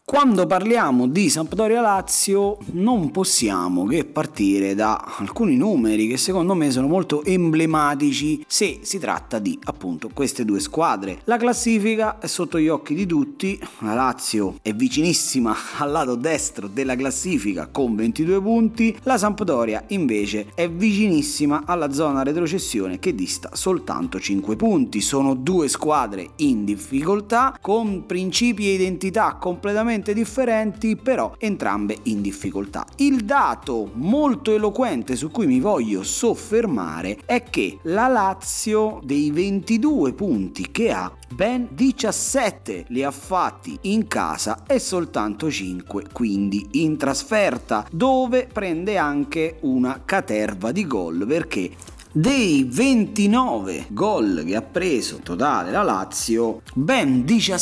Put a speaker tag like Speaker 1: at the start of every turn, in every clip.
Speaker 1: Quando parliamo di Sampdoria-Lazio non possiamo che partire da alcuni numeri che secondo me sono molto emblematici se si tratta di appunto queste due squadre. La classifica è sotto gli occhi di tutti, la Lazio è vicinissima al lato destro della classifica con 22 punti, la Sampdoria invece è vicinissima alla zona retrocessione che dista soltanto 5 punti. Sono due squadre in difficoltà con principi e identità completamente differenti, però entrambe in difficoltà. Il dato molto eloquente su cui mi voglio soffermare è che la Lazio dei 22 punti che ha, ben 17 li ha fatti in casa e soltanto 5 quindi in trasferta, dove prende anche una caterva di gol, perché dei 29 gol che ha preso in totale la Lazio, ben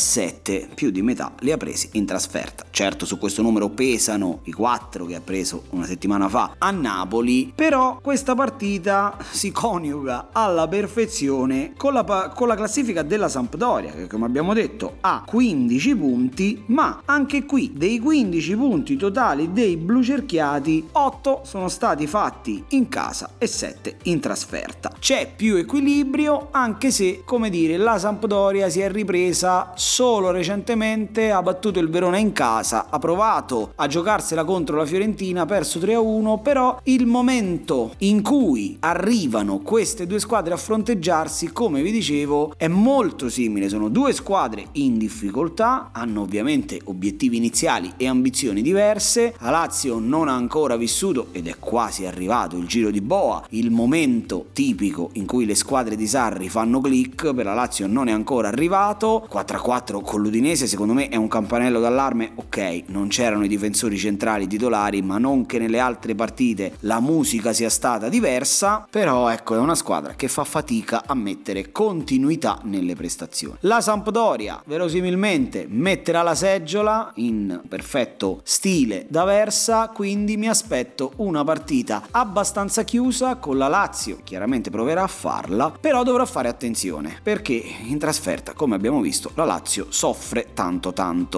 Speaker 1: 17, più di metà, li ha presi in trasferta. Certo, su questo numero pesano i 4 che ha preso una settimana fa a Napoli, però questa partita si coniuga alla perfezione con la classifica della Sampdoria, che come abbiamo detto ha 15 punti, ma anche qui dei 15 punti totali dei blucerchiati 8 sono stati fatti in casa e 7 in trasferta. C'è più equilibrio, anche se, come dire, la Sampdoria si è ripresa solo recentemente, ha battuto il Verona in casa, ha provato a giocarsela contro la Fiorentina, ha perso 3-1, però il momento in cui arrivano queste due squadre a fronteggiarsi, come vi dicevo, è molto simile. Sono due squadre in difficoltà, hanno ovviamente obiettivi iniziali e ambizioni diverse. La Lazio non ha ancora vissuto, ed è quasi arrivato il giro di boa, il momento tipico in cui le squadre di Sarri fanno click. Per la Lazio non è ancora arrivato. 4-4 con l'Udinese secondo me è un campanello d'allarme. Ok, non c'erano i difensori centrali titolari, ma non che nelle altre partite la musica sia stata diversa, però ecco, è una squadra che fa fatica a mettere continuità nelle prestazioni. La Sampdoria verosimilmente metterà la seggiola in perfetto stile d'Aversa, quindi mi aspetto una partita abbastanza chiusa, con la Lazio chiaramente proverà a farla, però dovrà fare attenzione perché in trasferta, come abbiamo visto, la Lazio soffre tanto.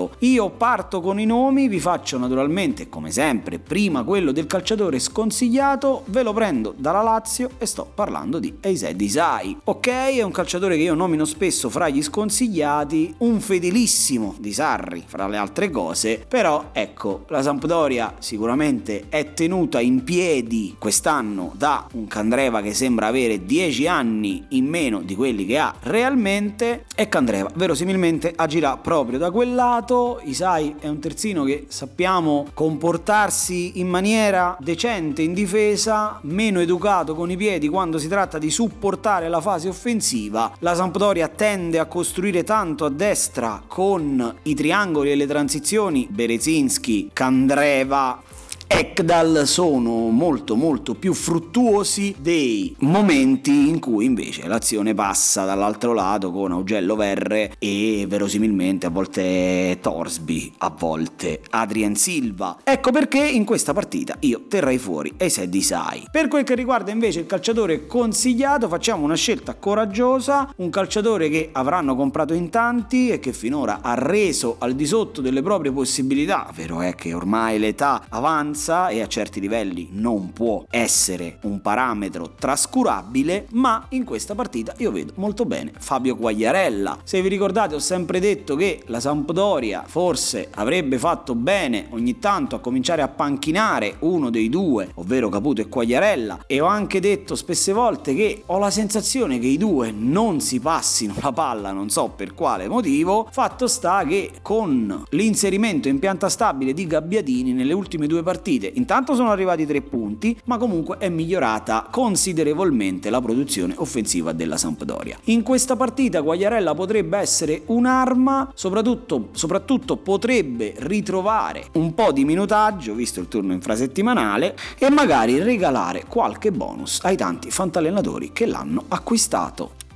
Speaker 1: Io parto con i nomi, vi faccio naturalmente come sempre prima quello del calciatore sconsigliato, ve lo prendo dalla Lazio e sto parlando di Eised Isai. Ok, è un calciatore che io nomino spesso fra gli sconsigliati, un fedelissimo di Sarri fra le altre cose, però ecco, la Sampdoria sicuramente è tenuta in piedi quest'anno da un Candreva che sembra avere 10 anni in meno di quelli che ha realmente, e Candreva verosimilmente agirà proprio da quel lato. Isai è un terzino che sappiamo comportarsi in maniera decente in difesa, meno educato con i piedi quando si tratta di supportare la fase offensiva. La Sampdoria tende a costruire tanto a destra con i triangoli e le transizioni. Berezinski, Candreva, Ekdal sono molto più fruttuosi dei momenti in cui invece l'azione passa dall'altro lato con Augello, Verre e verosimilmente a volte Torsby, a volte Adrien Silva. Ecco perché in questa partita io terrei fuori Eised Isai. Per quel che riguarda invece il calciatore consigliato, facciamo una scelta coraggiosa, un calciatore che avranno comprato in tanti e che finora ha reso al di sotto delle proprie possibilità. Vero è che ormai l'età avanza e a certi livelli non può essere un parametro trascurabile, ma in questa partita io vedo molto bene Fabio Quagliarella. Se vi ricordate, ho sempre detto che la Sampdoria forse avrebbe fatto bene ogni tanto a cominciare a panchinare uno dei due, ovvero Caputo e Quagliarella, e ho anche detto spesse volte che ho la sensazione che i due non si passino la palla, non so per quale motivo. Fatto sta che con l'inserimento in pianta stabile di Gabbiadini nelle ultime due partite intanto sono arrivati 3 punti, ma comunque è migliorata considerevolmente la produzione offensiva della Sampdoria. In questa partita Quagliarella potrebbe essere un'arma, soprattutto potrebbe ritrovare un po' di minutaggio visto il turno infrasettimanale e magari regalare qualche bonus ai tanti fantallenatori che l'hanno acquistato.